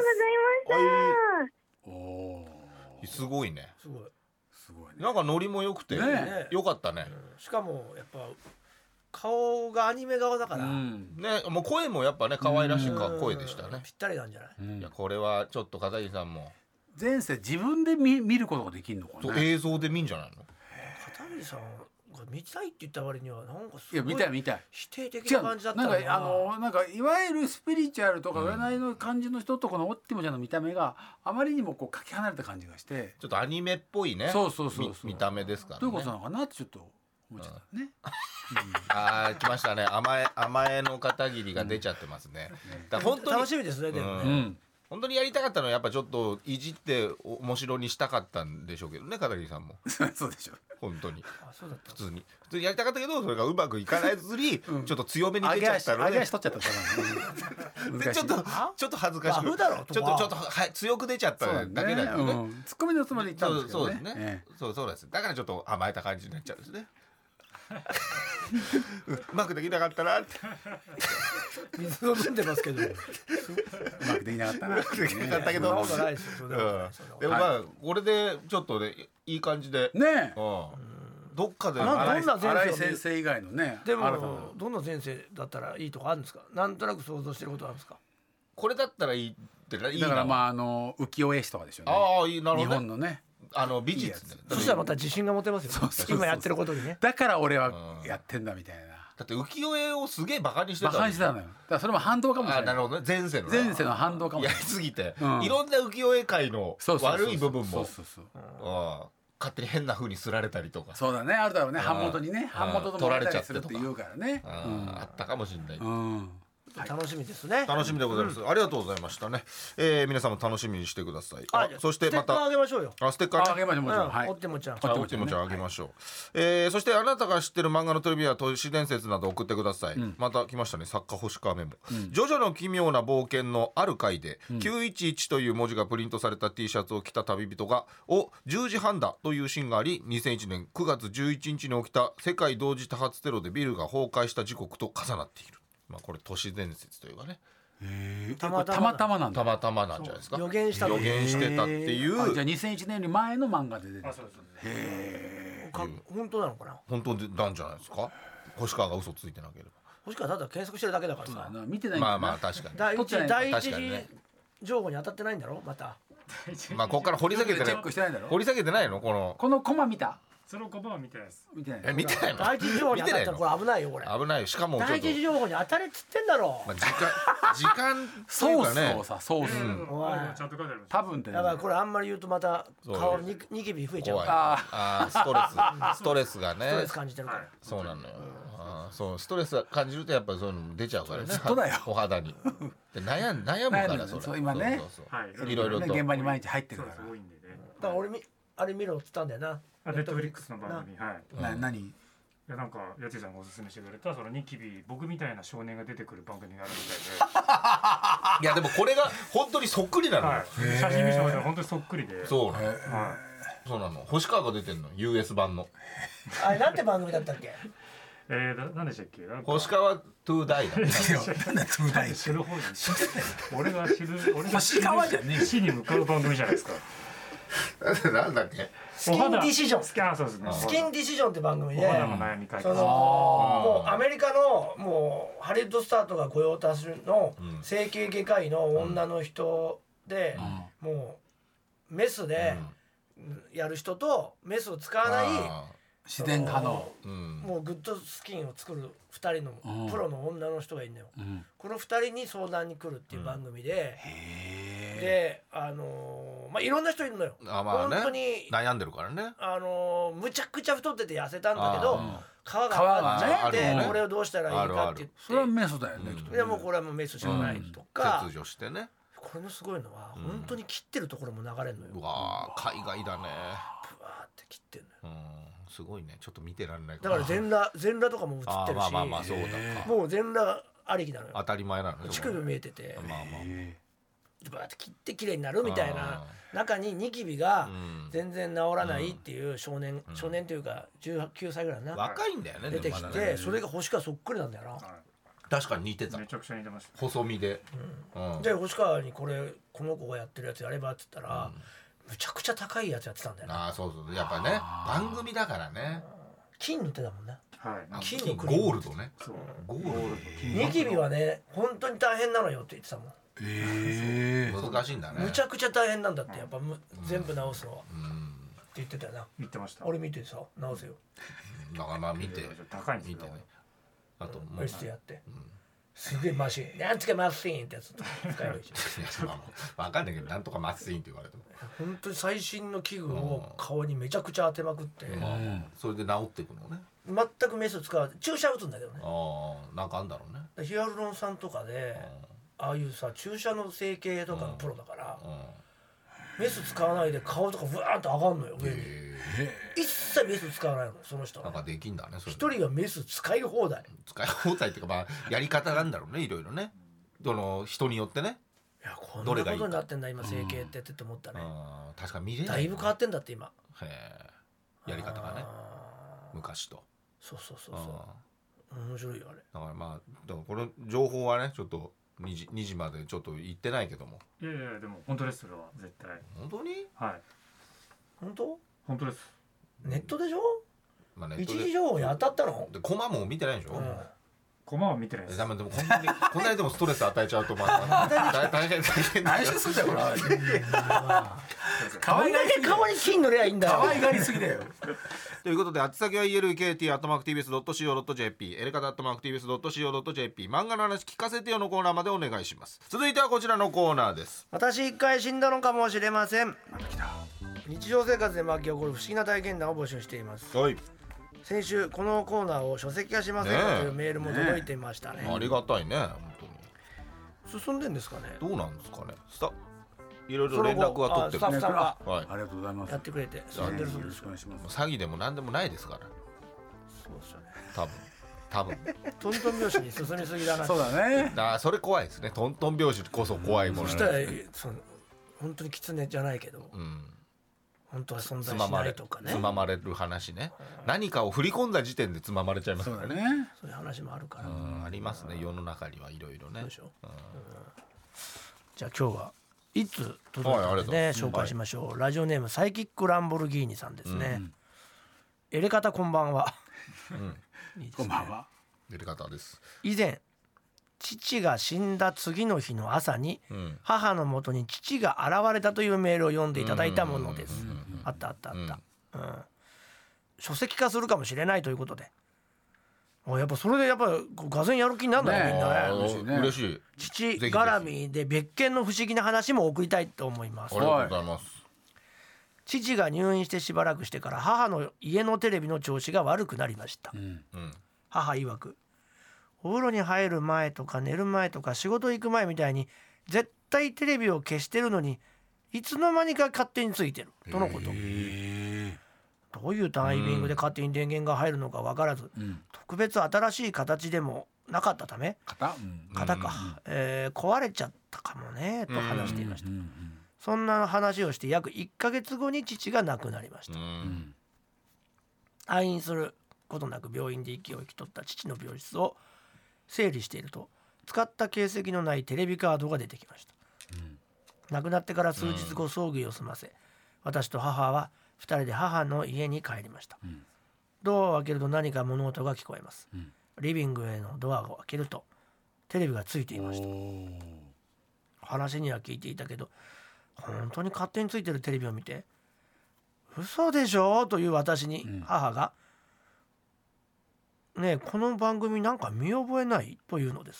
した。すごいね。 すごい。 なんかノリも良くて良かったね。 しかもやっぱ顔がアニメ顔だからね、もう声もやっぱね可愛らしい声でしたね。 ぴったりなんじゃない？ いやこれはちょっと片桐さんも前世自分で見ることができるのかな。 映像で見んじゃないの？ 片桐さんが見たいって言った割にはなんかすごい見たい否定的な感じだったなんかいわゆるスピリチュアルとか占いの感じの人とこのオッティモちゃんの見た目があまりにもこうかけ離れた感じがしてちょっとアニメっぽいね。 そう見た目ですからね。 どういうことなのかなってちょっと思っちゃったね。 来ましたね。甘えの片桐が出ちゃってますね。 本当に楽しみですね。でも本当にやりたかったのはやっぱちょっといじって面白にしたかったんでしょうけどね、片桐さんも。 そうでしょう。 本当に普通にやりたかったけどそれがうまくいかないずりちょっと強めに出ちゃったので揚げ足取っちゃったちょっと恥ずかしくちょっと強く出ちゃっただけだよね。 ツッコミのつもりで言ったんですけどね。 そうですね。そうです。だからちょっと甘えた感じになっちゃうんですね。うまくできなかったなって水を飲んでますけどうまくできなかったなってできなかったけどでもまあこれでちょっとねいい感じでねどっかで新井先生以外のね。 でもどんな前世だったらいいとかあるんですか？なんとなく想像してることあるんですか？ これだったらいいってだから浮世絵師とかでしょうね。 ああいいなるほど。 日本のね美術ね。 そしたらまた自信が持てますよ。今やってることにね。 だから俺はやってんだみたいな。 だって浮世絵をすげえバカにしてた。 バカにしてたのよ。だからそれも反動かもしれない。 なるほどね。前世の反動かもしれない。 やりすぎていろんな浮世絵界の悪い部分も勝手に変な風にすられたりとか。 そうだね、あるだろうね。版元にね、版元と取られちゃってるって言うからね。 あったかもしれない。 楽しみですね。 楽しみでございます。ありがとうございましたね。皆さんも楽しみにしてください。そしてまたステッカーあげましょうよ。 ステッカーあげましょう。もちろん。 おってもちゃん。 おってもちゃんあげましょう。そしてあなたが知ってる漫画のトリビア、都市伝説など送ってください。また来ましたね。作家星川メモ。ジョジョの奇妙な冒険のある回で911という文字がプリントされた T シャツを着た旅人が10時半だというシーンがあり、2001年9月11日に起きた世界同時多発テロでビルが崩壊した時刻と重なっている。これ都市伝説というかね。 たまたまなんだ。 たまたまなんじゃないですか。 予言してたっていう。 じゃあ2001年より前の漫画で出てる。 本当なのかな。 本当なんじゃないですか。星川が嘘ついてなければ。 星川ただ検索してるだけだからさ。 見てない。 まあ確かに。 第一次情報に当たってないんだろまた。 ここから掘り下げてない。掘り下げてないのこのコマ見た。 その言葉は見てないです。 見てないの。 第一次情報に当たったらこれ危ないよこれ。 危ないよ。しかも第一次情報に当たれっつってんだろ。 時間ソース。多分ってやばいこれあんまり言うとまた顔にニキビ増えちゃうから。ストレスがね。 ストレス感じてるから。 そうなのよ。そうストレス感じるとやっぱりそういうの出ちゃうからね。お肌に。悩むからそれ。 今ね。 いろいろと現場に毎日入ってるから。 だから俺あれ見ろっつったんだよな。 ネットフリックスの番組。 何？ いやなんかやつさんがおすすめしてくれたそのニキビ僕みたいな少年が出てくる番組があるみたいで。いやでもこれが本当にそっくりなの。 写真見せてもらったら本当にそっくりで。 そう。 そうなの。星川が出てんの US 版の。 あれなんて番組だったっけ？ 何でしたっけ？ 星川トゥーダイだ。 なんだトゥーダイ。 知る方に。俺が知る。 星川じゃねえ。 死に向かう番組じゃないですか。 なんだっけ？ スキンディシジョン。 そうですね。 スキンディシジョンって番組で、 もうアメリカのもうハリウッドスターとか御用達の整形外科医の女の人で、もうメスでやる人とメスを使わない自然派のもうグッドスキンを作る2人のプロの女の人がいるのよ。この2人に相談に来るっていう番組で、でいろんな人いるのよ。本当に悩んでるからね。 むちゃくちゃ太ってて痩せたんだけど皮があっちゃってこれをどうしたらいいかって言って、 それはメスだよね。 でもこれはもうメスしかないとか、 切除してね。 これのすごいのは本当に切ってるところも流れるのよ。 うわ海外だね。 ブワーって切ってるのよ。 すごいね。ちょっと見てられない。 だから全裸とかも映ってるし、 そうだか。 もう全裸ありきなのよ。 当たり前なの。 乳首見えてて、バーって切って綺麗になるみたいな中にニキビが全然治らないっていう少年というか19歳ぐらいな、 若いんだよね。 出てきて、それが星川そっくりなんだよな。 確かに似てた。 めちゃくちゃ似てました。 細身で。 で星川にこの子がやってるやつやればっつったら、むちゃくちゃ高いやつやってたんだよね。 そうやっぱね番組だからね。 金塗ってたもんね。 金のクリーム。ゴールドね。ゴールド。 ニキビはね本当に大変なのよって言ってたもん。 難しいんだね。 むちゃくちゃ大変なんだって、やっぱ全部直すのはって言ってたよな。 言ってました。 俺見てさ直せよ。 だから見て高いんですよ。 あともう一つやって。すげえマシンなんとかマシンってやつと使えばいいじゃん。分かんないけどなんとかマシンって言われても本当に最新の器具を顔にめちゃくちゃ当てまくって、 それで治っていくのね。 全くメス使わず注射打つんだけどね。 なんかあんだろうね。 ヒアルロン酸とかでああいうさ注射の整形とかのプロだから、メス使わないで顔とかブワーンと上がんのよ上に。一切メス使わないのその人は。 なんかできんだね。 一人がメス使い放題。 使い放題っていうかやり方なんだろうね。いろいろね。人によってね。 いやこんなことになってんだ今整形ってって思ったね。 確かに見れない。 だいぶ変わってんだって今。 やり方がね。昔と。 そう面白いよあれ。 だからこの情報はねちょっと2時までちょっと言ってないけども。 いやでも本当ですそれは絶対。 本当に？ はい。本当です。 ネットでしょ？一時情報に当たったの？ でコマも見てないでしょ？ コマは見てないです。 でもこんなにでもストレス与えちゃうと大変何してすんだよこれ。 可愛がり顔に金塗りゃいいんだよ。 可愛がりすぎだよ。 ということで宛先は elkt@tbs.co.jp エレカタ@tbs.co.jp 漫画の話聞かせてよのコーナーまでお願いします。続いてはこちらのコーナーです。 私一回死んだのかもしれません。日常生活で巻き起こる不思議な体験談を募集しています。先週このコーナーを書籍化しませんかというメールも届いていましたね。 ありがたいね本当に。進んでんですかね。 どうなんですかね。いろいろ連絡は取ってる。 スタッフさんがありがとうございます。 やってくれて進んでるそうです。 詐欺でも何でもないですから。 そうですよね。 多分トントン拍子に進みすぎだな。 そうだね。 それ怖いですね。トントン拍子こそ怖いもの。 そしたら本当に狐じゃないけど、本当は存在しないとかね。 つままれる話ね。何かを振り込んだ時点でつままれちゃいますからね。 そういう話もあるから。 ありますね世の中にはいろいろね。じゃあ今日はいつ届いたのでね紹介しましょう。ラジオネームサイキックランボルギーニさんですね。エレカタこんばんは。 こんばんは。 エレカタです。 以前父が死んだ次の日の朝に母のもとに父が現れたというメールを読んでいただいたものです。あった。書籍化するかもしれないということで、やっぱそれでやっぱがぜんやる気になるんだよみんなね。 嬉しい。 父絡みで別件の不思議な話も送りたいと思います。 ありがとうございます。 父が入院してしばらくしてから母の家のテレビの調子が悪くなりました。母曰くお風呂に入る前とか寝る前とか仕事行く前みたいに絶対テレビを消してるのにいつの間にか勝手についてるとのこと。どういうタイミングで勝手に電源が入るのか分からず、特別新しい形でもなかったため型か、壊れちゃったかもねと話していました。 そんな話をして約1ヶ月後に父が亡くなりました。退院することなく病院で息を引き取った父の病室を整理していると、使った形跡のないテレビカードが出てきました。亡くなってから数日後、葬儀を済ませ、私と母は2人で母の家に帰りました。ドアを開けると何か物音が聞こえます。リビングへのドアを開けるとテレビがついていました。話には聞いていたけど、本当に勝手についてるテレビを見て、嘘でしょという私に母が、ねえこの番組なんか見覚えないというのです。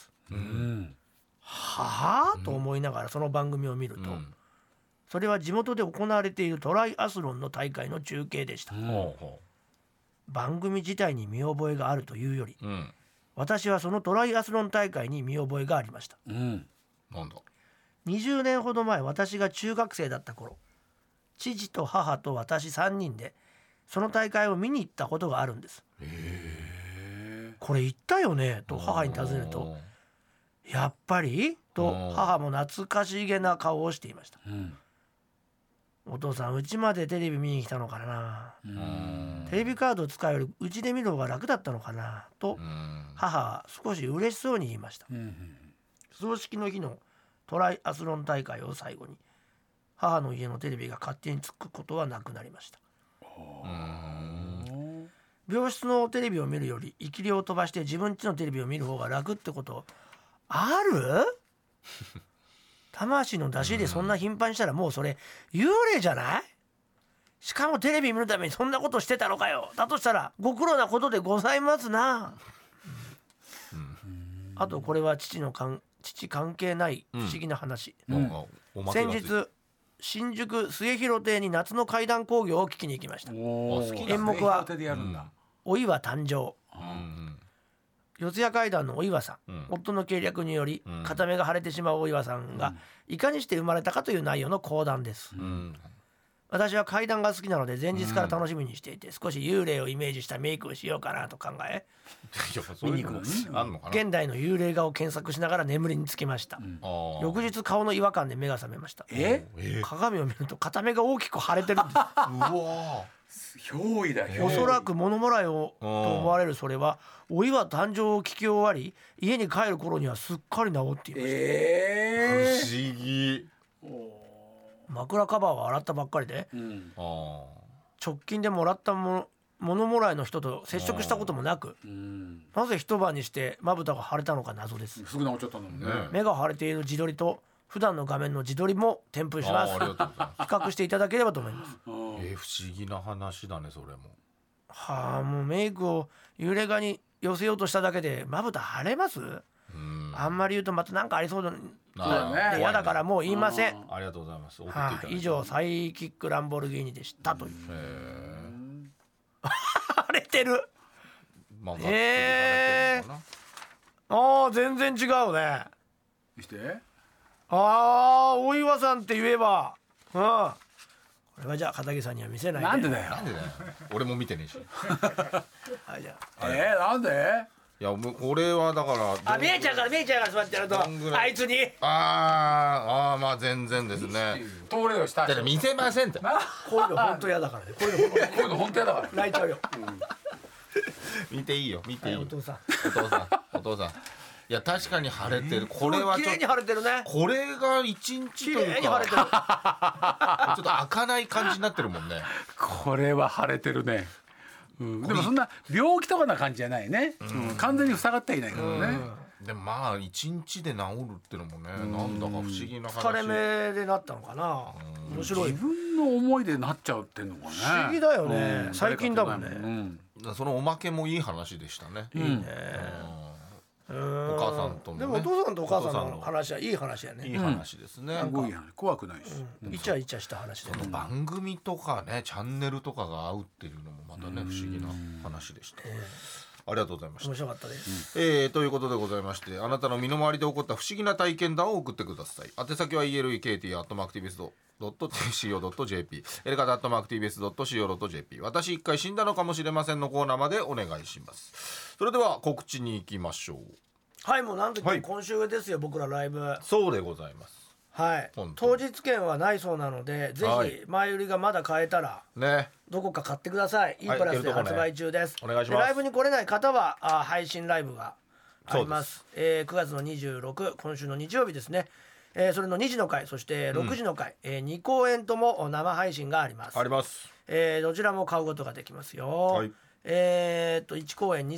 はぁと思いながらその番組を見ると、それは地元で行われているトライアスロンの大会の中継でした。番組自体に見覚えがあるというより、私はそのトライアスロン大会に見覚えがありました。 なんだ。 20年ほど前、私が中学生だった頃、父と母と私3人でその大会を見に行ったことがあるんです。これ行ったよねと母に尋ねると、やっぱりと母も懐かしげな顔をしていました。お父さん、うちまでテレビ見に来たのかな、テレビカードを使うよりうちで見る方が楽だったのかなと母は少し嬉しそうに言いました。葬式の日のトライアスロン大会を最後に、母の家のテレビが勝手につくことはなくなりました。病室のテレビを見るより生き量を飛ばして自分家のテレビを見る方が楽ってことある？魂の出しでそんな頻繁にしたらもうそれ幽霊じゃない？しかもテレビ見るためにそんなことしてたのかよ。だとしたらご苦労なことでございますな。あとこれは父関係ない不思議な話。先日新宿末広亭に夏の怪談興行を聞きに行きました。演目はお岩誕生。四谷怪談のお岩さん、夫の計略により片目が腫れてしまうお岩さんがいかにして生まれたかという内容の講談です。私は怪談が好きなので前日から楽しみにしていて、少し幽霊をイメージしたメイクをしようかなと考え、現代の幽霊画を検索しながら眠りにつきました。翌日顔の違和感で目が覚めました。鏡を見ると片目が大きく腫れてるんです。 憑依だ。 おそらく物もらいをと思われるそれはお岩誕生を聞き終わり家に帰る頃にはすっかり治っていました。 不思議。 枕カバーは洗ったばっかりで、直近でもらった物もらいの人と接触したこともなく、なぜ一晩にしてまぶたが腫れたのか謎です。 すぐ治っちゃったのね。 目が腫れている自撮りと普段の画面の自撮りも添付します。比較していただければと思います。 不思議な話だねそれも。 もうメイクを幽霊画に寄せようとしただけでまぶた腫れます？あんまり言うとまた何かありそうで嫌だからもう言いません。 ありがとうございます。 以上サイキックランボルギーニでしたという。腫れてる。全然違うね。 見して大岩さんって言えば、これはじゃあ片桐さんには見せないで。 なんでだよ。 俺も見てねえし。 じゃあなんで？ いや俺はだから見えちゃうから座ってやるとあいつにまあ全然ですね。 通れよしたい。 見せませんって。 こういうの本当嫌だからね。こういうの本当嫌だから。 泣いちゃうよ。 見ていいよ見ていいよ。 お父さん。 いや確かに腫れてる。これは綺麗に腫れてるね。 これが一日というかちょっと開かない感じになってるもんね。 これは腫れてるね。でもそんな病気とかな感じじゃないね。完全に塞がってはいないからね。 でもまあ一日で治るってのもね、なんだか不思議な話。 疲れ目でなったのかな。面白い。 自分の思いでなっちゃうっていうのがね。 不思議だよね。最近だもんね。 そのおまけもいい話でしたね。 いいね。 お母さんともね。 でもお父さんとお母さんの話はいい話やね。 いい話ですね。 怖くないし。 イチャイチャした話で。 番組とかね、チャンネルとかが合うっていうのもまたね不思議な話でした。ありがとうございました。 面白かったです。 ということでございまして、あなたの身の回りで起こった不思議な体験談を送ってください。宛先は elekt@activist.co.jp エレカタ@activist.co.jp 私一回死んだのかもしれませんのコーナーまでお願いします。それでは告知に行きましょう。 はい、もうなんと今週ですよ、僕らライブ。 そうでございます。 はい、当日券はないそうなので、ぜひ前売りがまだ買えたら、ね、どこか買ってください。E プラスで発売中です。 お願いします。 ライブに来れない方は配信ライブがあります。9月の26、今週の日曜日ですね。それの2時の回、そして6時の回、2公演とも生配信があります。 あります。 どちらも買うことができますよ。はい、1公演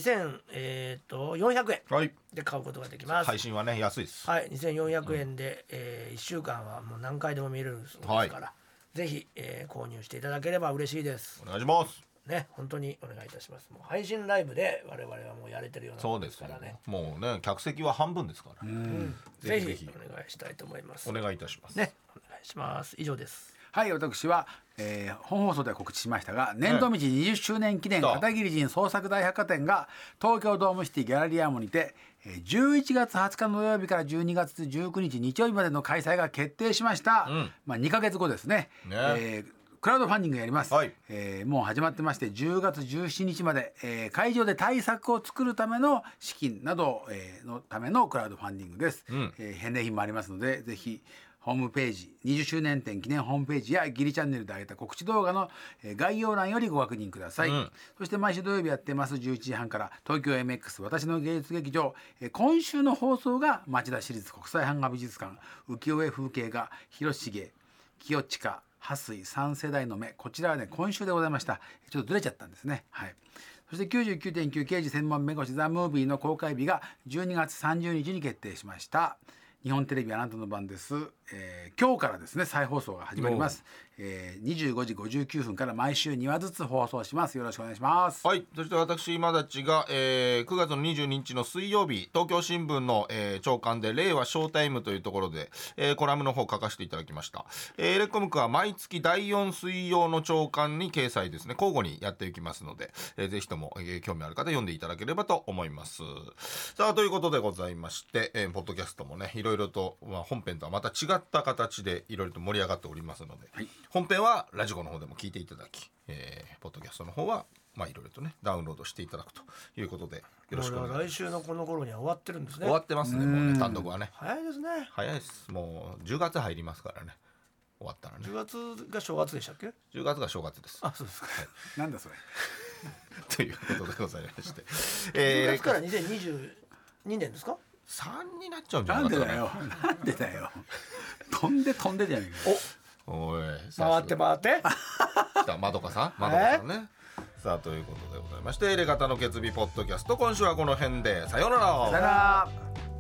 2400円で買うことができます。 配信はね安いです。 はい、2400円で、1週間はもう何回でも見れるそうですから、はい、ぜひ、購入していただければ嬉しいです。 お願いしますね、本当にお願いいたします。もう配信ライブで我々はもうやれてるようなものですからね。 もうね、客席は半分ですから、 ぜひお願いしたいと思います。 お願いいたしますね、お願いします。以上です。 はい、私は、本放送では告知しましたが、年度道20周年記念片桐仁創作大百貨店が東京ドームシティギャラリーアーモにて11月20日の土曜日から12月19日日曜日までの開催が決定しました。2ヶ月後ですね。クラウドファンディングやります。はい、もう始まってまして、10月17日まで、会場で対策を作るための資金など、のためのクラウドファンディングです。返礼品もありますので、ぜひホームページ、20周年展記念ホームページやギリチャンネルで上げた告知動画の概要欄よりご確認ください。そして毎週土曜日やってます11時半から東京 MX 私の芸術劇場、今週の放送が町田市立国際版画美術館浮世絵風景画広重清近波水3世代の目、こちらはね今週でございました。ちょっとずれちゃったんですね。はい。そして 99.9 刑事専門弁護士ザ・ムービーの公開日が12月30日に決定しました。日本テレビあなたの番です。今日からですね再放送が始まります。25時59分から毎週2話ずつ放送します。よろしくお願いします。 はい。そして私今立が、9月の22日の水曜日東京新聞の、朝刊で令和ショータイムというところで、コラムの方書かせていただきました。レコムクは毎月第4水曜の朝刊に掲載ですね、交互にやっていきますので、ぜひとも、興味ある方読んでいただければと思います。さあということでございまして、ポッドキャストもねいろいろと、本編とはまた違った形でいろいろと盛り上がっておりますので、はい、本編はラジコの方でも聞いていただき、ポッドキャストの方はいろいろとねダウンロードしていただくということでよろしくお願いします。 来週のこの頃には終わってるんですね。 終わってますね。もうね単独はね早いですね。 早いです。もう10月入りますからね。終わったらね。 10月が正月でしたっけ ？10月が正月です。 あ、そうですか。 なんだそれということでございまして、 10月から2022年ですか ？3になっちゃうんじゃないかな。 なんでだよ飛んでじゃねえか。おい回って来たまどかさんね。さあということでございまして、エレガタの決意ポッドキャスト今週はこの辺でさようなら。 さようなら。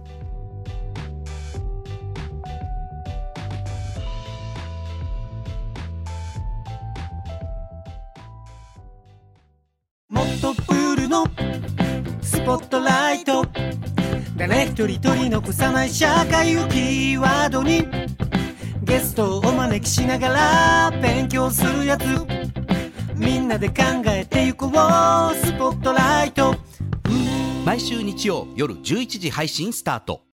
もっとプールのスポットライト、誰一人取り残さない社会をキーワードにゲストをお招きしながら勉強するやつ、みんなで考えてゆこうスポットライト。 毎週日曜夜11時配信スタート。